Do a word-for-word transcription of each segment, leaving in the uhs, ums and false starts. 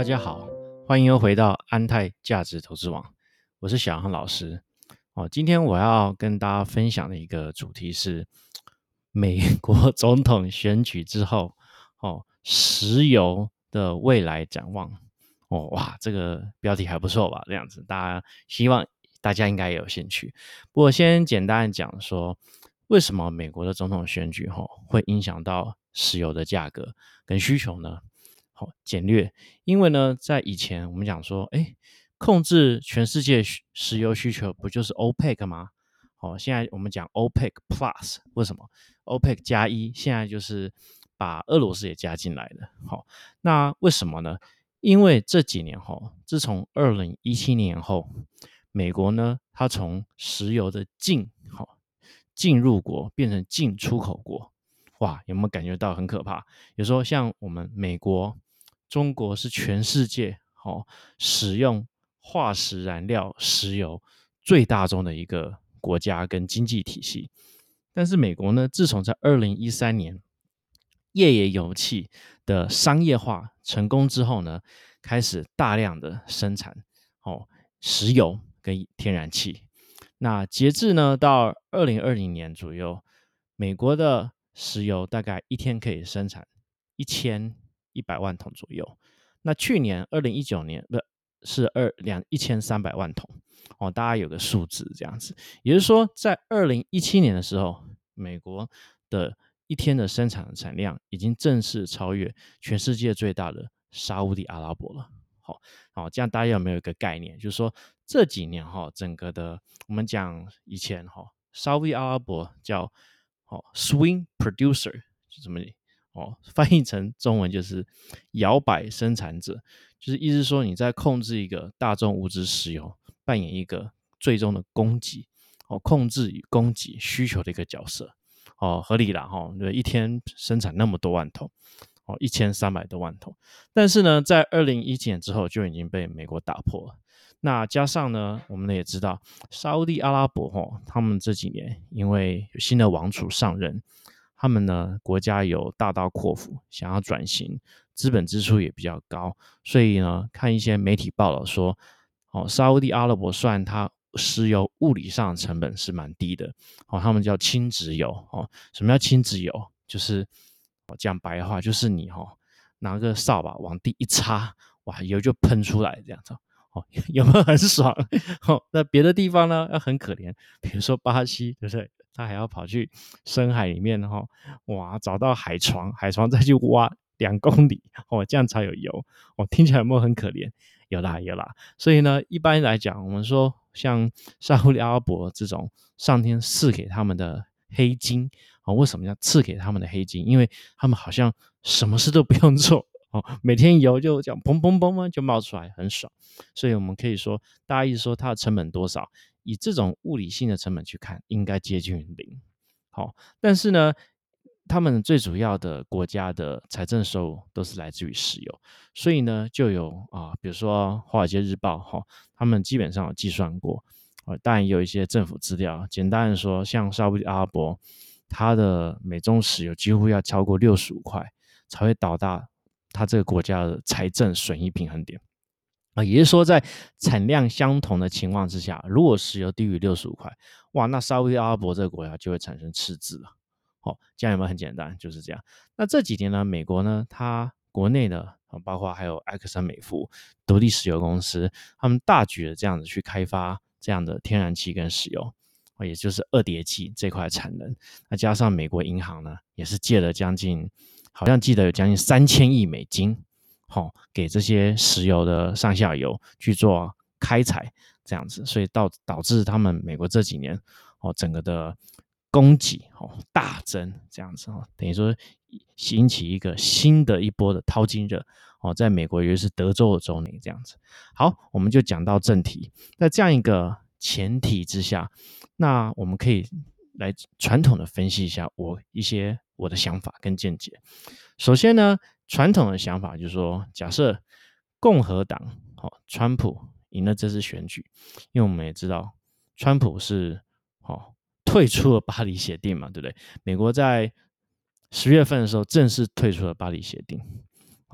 大家好，欢迎又回到安泰价值投资网，我是小杨老师。哦，今天我要跟大家分享的一个主题是美国总统选举之后，哦，石油的未来展望。哦，哇，这个标题还不错吧？这样子，大家希望大家应该也有兴趣。不过先简单的讲说，为什么美国的总统选举哦会影响到石油的价格跟需求呢？好，简略，因为呢，在以前我们讲说，哎，控制全世界石油需求不就是 OPEC 吗？好，现在我们讲 OPEC Plus， 为什么 OPEC 加一？现在就是把俄罗斯也加进来了。好，那为什么呢？因为这几年哈，自从二零一七年后，美国呢，它从石油的进好进入国变成进出口国。哇，有没有感觉到很可怕？有时候像我们美国、中国是全世界哦使用化石燃料石油最大宗的一个国家跟经济体系，但是美国呢，自从在二零一三年页岩油气的商业化成功之后呢，开始大量的生产哦石油跟天然气。那截至呢到二零二零年左右，美国的石油大概一天可以生产一千一百万桶左右。那去年二零一九年不是二两一千三百万桶哦，大家有个数字这样子。也就是说，在二零一七年的时候，美国的一天的生产产量已经正式超越全世界最大的沙烏地阿拉伯了。好，好，这样大家有没有一个概念？就是说这几年哈，整个的我们讲以前哈，沙烏地阿拉伯叫哦 swing producer， 怎么哦翻译成中文就是摇摆生产者，就是意思说你在控制一个大宗物质石油，扮演一个最终的供给哦，控制与供给需求的一个角色哦，合理啦哈、哦，对，一天生产那么多万桶。哦，一千三百多万桶，但是呢，在二零一七年之后就已经被美国打破了。那加上呢，我们也知道，沙烏地阿拉伯哦，他们这几年因为有新的王储上任，他们呢国家有大刀阔斧，想要转型，资本支出也比较高，所以呢，看一些媒体报道说，哦，沙烏地阿拉伯虽然它石油物理上的成本是蛮低的，哦，他们叫轻质油哦。什么叫轻质油？就是讲白话，就是你哈、哦、拿个扫把往地一插，哇，油就喷出来这样子。哦，有没有很爽？哦，那别的地方呢要很可怜，比如说巴西，对不对？他还要跑去深海里面哈、哦，哇，找到海床，海床再去挖两公里，哦，这样才有油。哦，听起来有没有很可怜？有啦有啦。所以呢，一般来讲，我们说像沙烏地阿拉伯这种上天赐给他们的黑金。哦，为什么要赐给他们的黑金？因为他们好像什么事都不用做哦，每天油就这样砰砰砰就冒出来，很爽。所以我们可以说，大家一直说它的成本多少，以这种物理性的成本去看，应该接近于零。好、哦，但是呢，他们最主要的国家的财政收入都是来自于石油，所以呢，就有啊，比如说《华尔街日报》哈、哦，他们基本上有计算过，呃，当然也有一些政府资料，简单的说，像沙烏地阿拉伯。它的每宗石油几乎要超过六十五块，才会到达它这个国家的财政损益平衡点啊，也就是说，在产量相同的情况之下，如果石油低于六十五块，哇，那沙烏地阿拉伯这个国家就会产生赤字了。哦，这样有没有很简单？就是这样。那这几年呢，美国呢，它国内的，包括还有埃克森美孚独立石油公司，他们大举的这样子去开发这样的天然气跟石油。也就是二叠纪这块产能，那加上美国银行呢，也是借了将近，好像记得有将近三千亿美金，哦，给这些石油的上下游去做开采，这样子，所以导导致他们美国这几年哦，整个的供给哦大增，这样子哦，等于说引起一个新的一波的淘金热哦，在美国尤其是德州的州内这样子。好，我们就讲到正题，在这样一个前提之下，那我们可以来传统的分析一下我一些我的想法跟见解。首先呢，传统的想法就是说，假设共和党哦，川普赢了这次选举，因为我们也知道，川普是哦退出了巴黎协定嘛，对不对？美国在十月份的时候正式退出了巴黎协定。哦，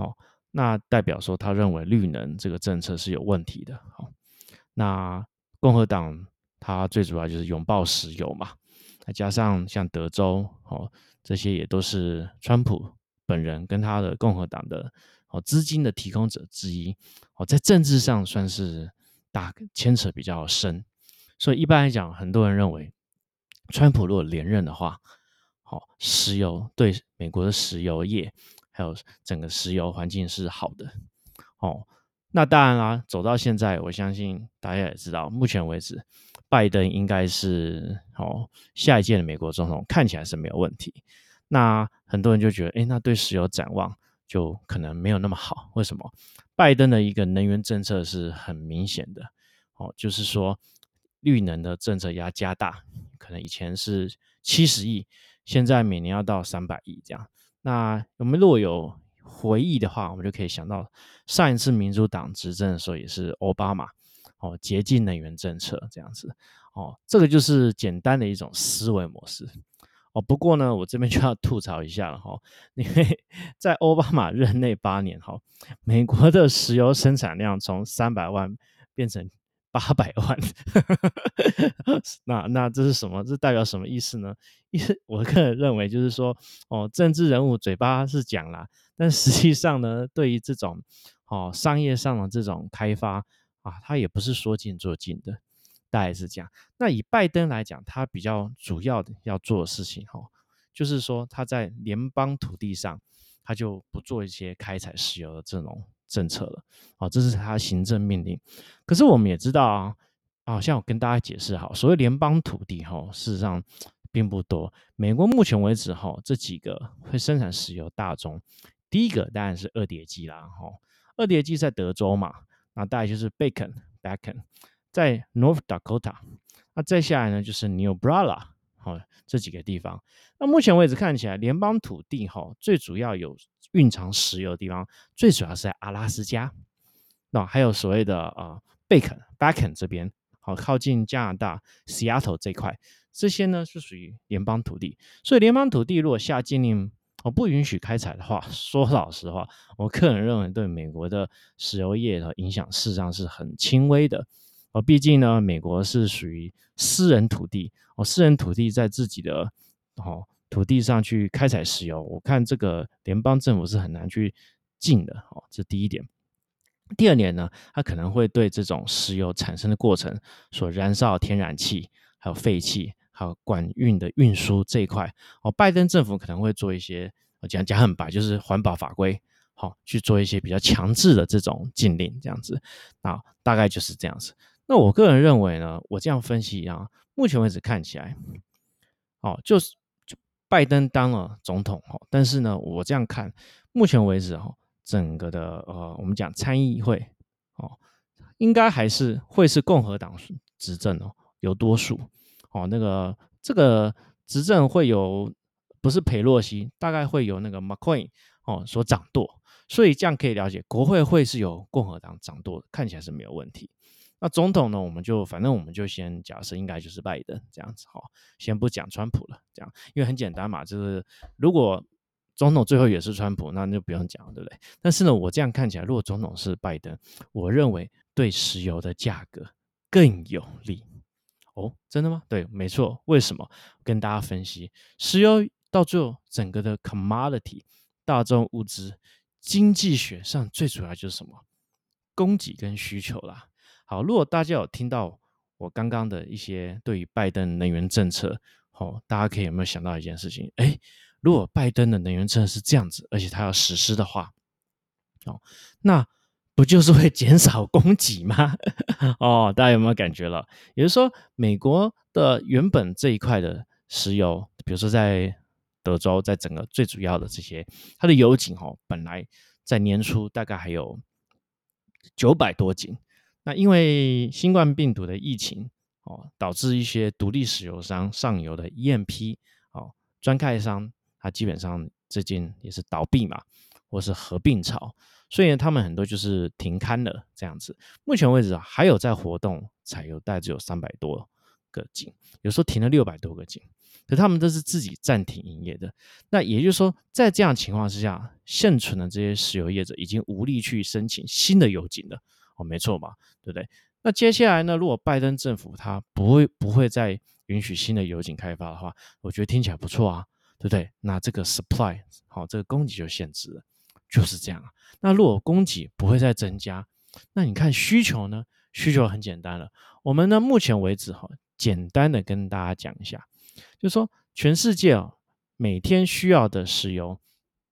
那代表说他认为绿能这个政策是有问题的。好，那共和党他最主要就是拥抱石油嘛，再加上像德州哦，这些也都是川普本人跟他的共和党的哦资金的提供者之一哦，在政治上算是大牵扯比较深，所以一般来讲，很多人认为川普如果连任的话，好，石油对美国的石油业还有整个石油环境是好的。哦，那当然啦，走到现在，我相信大家也知道，目前为止，拜登应该是哦下一届的美国总统，看起来是没有问题。那很多人就觉得，哎，那对石油展望就可能没有那么好。为什么？拜登的一个能源政策是很明显的，哦，就是说绿能的政策要加大，可能以前是七十亿，现在每年要到三百亿这样。那我们如果有回忆的话，我们就可以想到上一次民主党执政的时候也是奥巴马哦，洁净能源政策这样子哦，这个就是简单的一种思维模式哦。不过呢，我这边就要吐槽一下了哈、哦，因为在奥巴马任内八年哈、哦，美国的石油生产量从三百万变成八百万，那那这是什么？这代表什么意思呢？意思我个人认为就是说，哦，政治人物嘴巴是讲啦，但实际上呢，对于这种哦商业上的这种开发啊，他也不是说进做进的，大概是这样。那以拜登来讲，他比较主要的要做的事情哈、哦，就是说他在联邦土地上，他就不做一些开采石油的这种政策了。哦，这是他行政命令。可是我们也知道啊，啊，像我跟大家解释好，所谓联邦土地哈、哦，事实上并不多。美国目前为止哈、哦，这几个会生产石油大宗，第一个当然是二叠纪啦，哈、哦，二叠纪在德州嘛，那大概就是 Bacon Bacon 在 North Dakota， 那再下来呢就是 Niobrara， 哦，这几个地方。那目前为止看起来，联邦土地哈、哦，最主要有蕴藏石油的地方，最主要是在阿拉斯加，那还有所谓的呃贝肯 Bacon 这边，好靠近加拿大 Seattle 这块，这些呢是属于联邦土地。所以联邦土地如果下禁令，哦不允许开采的话，说老实话，我个人认为对美国的石油业的影响事实上是很轻微的。哦，毕竟呢，美国是属于私人土地，哦，私人土地在自己的哦土地上去开采石油，我看这个联邦政府是很难去禁的。哦，这第一点。第二点呢，它可能会对这种石油产生的过程所燃烧的天然气、还有废气、还有管运的运输这一块，哦，拜登政府可能会做一些，我讲讲很白，就是环保法规，好、哦、去做一些比较强制的这种禁令，这样子，啊，大概就是这样子。那我个人认为呢，我这样分析啊，目前为止看起来，哦，就是就拜登当了总统，哦，但是呢，我这样看，目前为止，哦。整个的呃，我们讲参议会哦，应该还是会是共和党执政哦，有多数哦。那个这个执政会有不是裴洛西，大概会有那个 McCain 哦所掌舵，所以这样可以了解，国会会是由共和党掌舵，看起来是没有问题。那总统呢，我们就反正我们就先假设应该就是拜登这样子哈、哦，先不讲川普了，这样因为很简单嘛，就是如果总统最后也是川普，那就不用讲了，对不对？但是呢，我这样看起来，如果总统是拜登，我认为对石油的价格更有利。哦，真的吗？对，没错。为什么？跟大家分析，石油到最后整个的 commodity 大众物资经济学上最主要就是什么？供给跟需求啦。好，如果大家有听到我刚刚的一些对于拜登能源政策，哦，大家可以有没有想到一件事情？哎，如果拜登的能源政策是这样子，而且他要实施的话，哦，那不就是会减少供给吗？哦，大家有没有感觉了？也就是说，美国的原本这一块的石油，比如说在德州，在整个最主要的这些，它的油井哦，本来在年初大概还有九百多井，那因为新冠病毒的疫情哦，导致一些独立石油商上游的 E M P 哦专开商，它基本上最近也是倒闭嘛，或是合并潮，所以呢，他们很多就是停刊了这样子。目前为止还有在活动，采油大概只有三百多个井，有时候停了六百多个井，可他们都是自己暂停营业的。那也就是说，在这样的情况之下，现存的这些石油业者已经无力去申请新的油井了。哦，没错嘛，对不对？那接下来呢，如果拜登政府他不会不会再允许新的油井开发的话，我觉得听起来不错啊，对不对？那这个 supply 好、哦，这个供给就限制了，就是这样啊。那如果供给不会再增加，那你看需求呢？需求很简单了，我们呢目前为止哈、哦，简单的跟大家讲一下，就是说全世界哦每天需要的石油，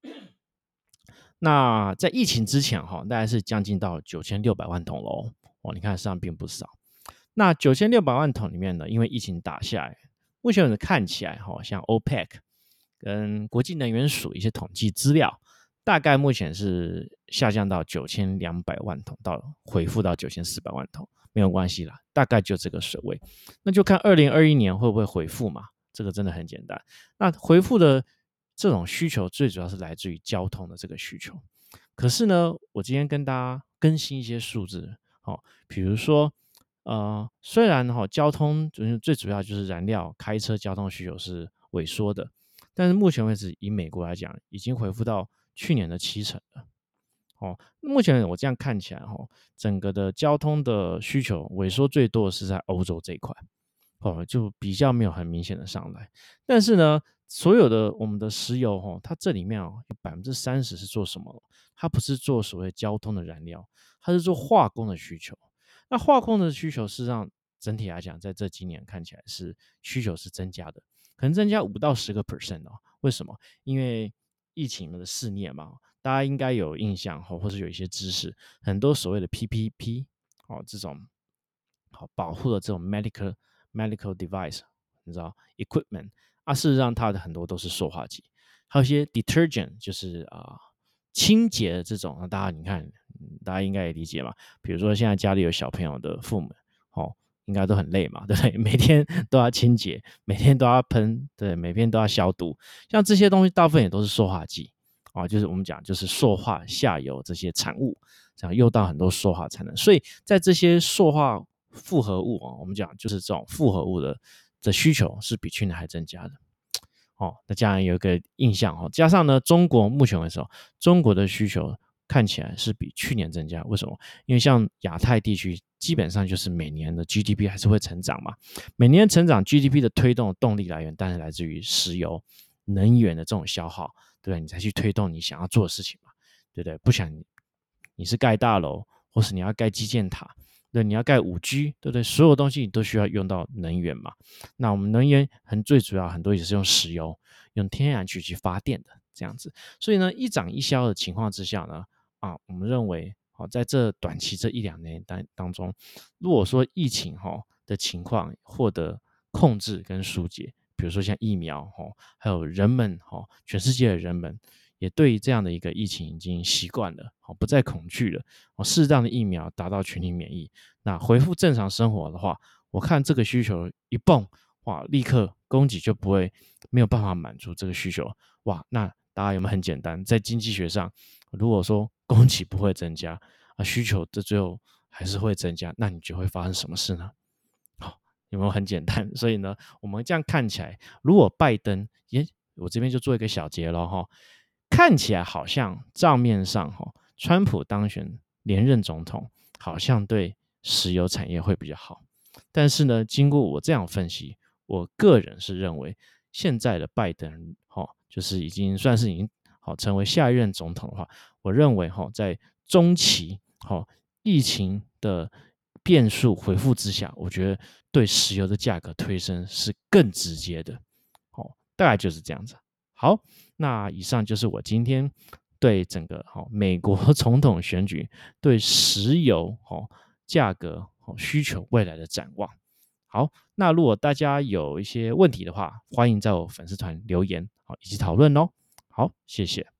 那在疫情之前哈、哦，大概是将近到九千六百万桶喽。哦，你看实际上并不少。那九千六百万桶里面呢，因为疫情打下来，目前看起来哈、哦，像 OPEC 跟国际能源署一些统计资料，大概目前是下降到九千两百万桶，到回复到九千四百万桶，没有关系啦，大概就这个水位。那就看二零二一年会不会回复嘛，这个真的很简单。那回复的这种需求，最主要是来自于交通的这个需求。可是呢，我今天跟大家更新一些数字，哦，比如说，呃，虽然哈、哦、交通最主要就是燃料开车交通需求是萎缩的，但是目前为止以美国来讲，已经恢复到去年的七成了。哦，目前我这样看起来，哦，整个的交通的需求萎缩最多的是在欧洲这一块，哦，就比较没有很明显的上来。但是呢，所有的我们的石油，哦，它这里面哦有百分之三十是做什么？它不是做所谓交通的燃料，它是做化工的需求。那化工的需求，事实上整体来讲，在这几年看起来是需求是增加的，可能增加五到十个 percent 哦。为什么？因为疫情的肆虐嘛，大家应该有印象或或是有一些知识，很多所谓的 P P P 哦这种好保护的这种 medical medical device， 你知道 equipment 啊，事实上它的很多都是塑化剂，还有一些 detergent 就是啊、呃、清洁的这种，大家你看大家应该也理解嘛，比如说现在家里有小朋友的父母哦。应该都很累嘛，对不对？每天都要清洁，每天都要喷，对，每天都要消毒。像这些东西，大部分也都是塑化剂啊，就是我们讲就是塑化下游这些产物，这样用到很多塑化产能。所以在这些塑化复合物啊，我们讲就是这种复合物的的需求是比去年还增加的。哦，那这样有一个印象哦，加上呢，中国目前为止，中国的需求看起来是比去年增加，为什么？因为像亚太地区，基本上就是每年的 G D P 还是会成长嘛，每年成长 G D P 的推动动力来源，当然来自于石油能源的这种消耗，对不对？你才去推动你想要做的事情嘛，对不对？不想你是盖大楼，或是你要盖基建塔，对，你要盖 五 G， 对不对？所有东西你都需要用到能源嘛。那我们能源很最主要很多也是用石油、用天然气去发电的这样子。所以呢，一涨一消的情况之下呢，啊，我们认为，好、哦，在这短期这一两年当当中，如果说疫情哈、哦、的情况获得控制跟疏解，比如说像疫苗哈、哦，还有人们哈、哦，全世界的人们也对这样的一个疫情已经习惯了，好、哦，不再恐惧了，哦，适当的疫苗达到群体免疫，那恢复正常生活的话，我看这个需求一蹦，哇，立刻供给就不会没有办法满足这个需求，哇，那大家有没有很简单，在经济学上，如果说供给不会增加，啊，需求的最后还是会增加，那你就会发生什么事呢？好，有没有很简单？所以呢，我们这样看起来，如果拜登，耶，我这边就做一个小结了哈，看起来好像账面上哈，川普当选连任总统，好像对石油产业会比较好。但是呢，经过我这样分析，我个人是认为，现在的拜登，哈，就是已经算是已经好成为下一任总统的话，我认为哈，在中期，哈，疫情的变数回复之下，我觉得对石油的价格推升是更直接的，哦，大概就是这样子。好，那以上就是我今天对整个好美国总统选举对石油哦价格哦需求未来的展望。好，那如果大家有一些问题的话，欢迎在我粉丝团留言好以及讨论哦。好，谢谢。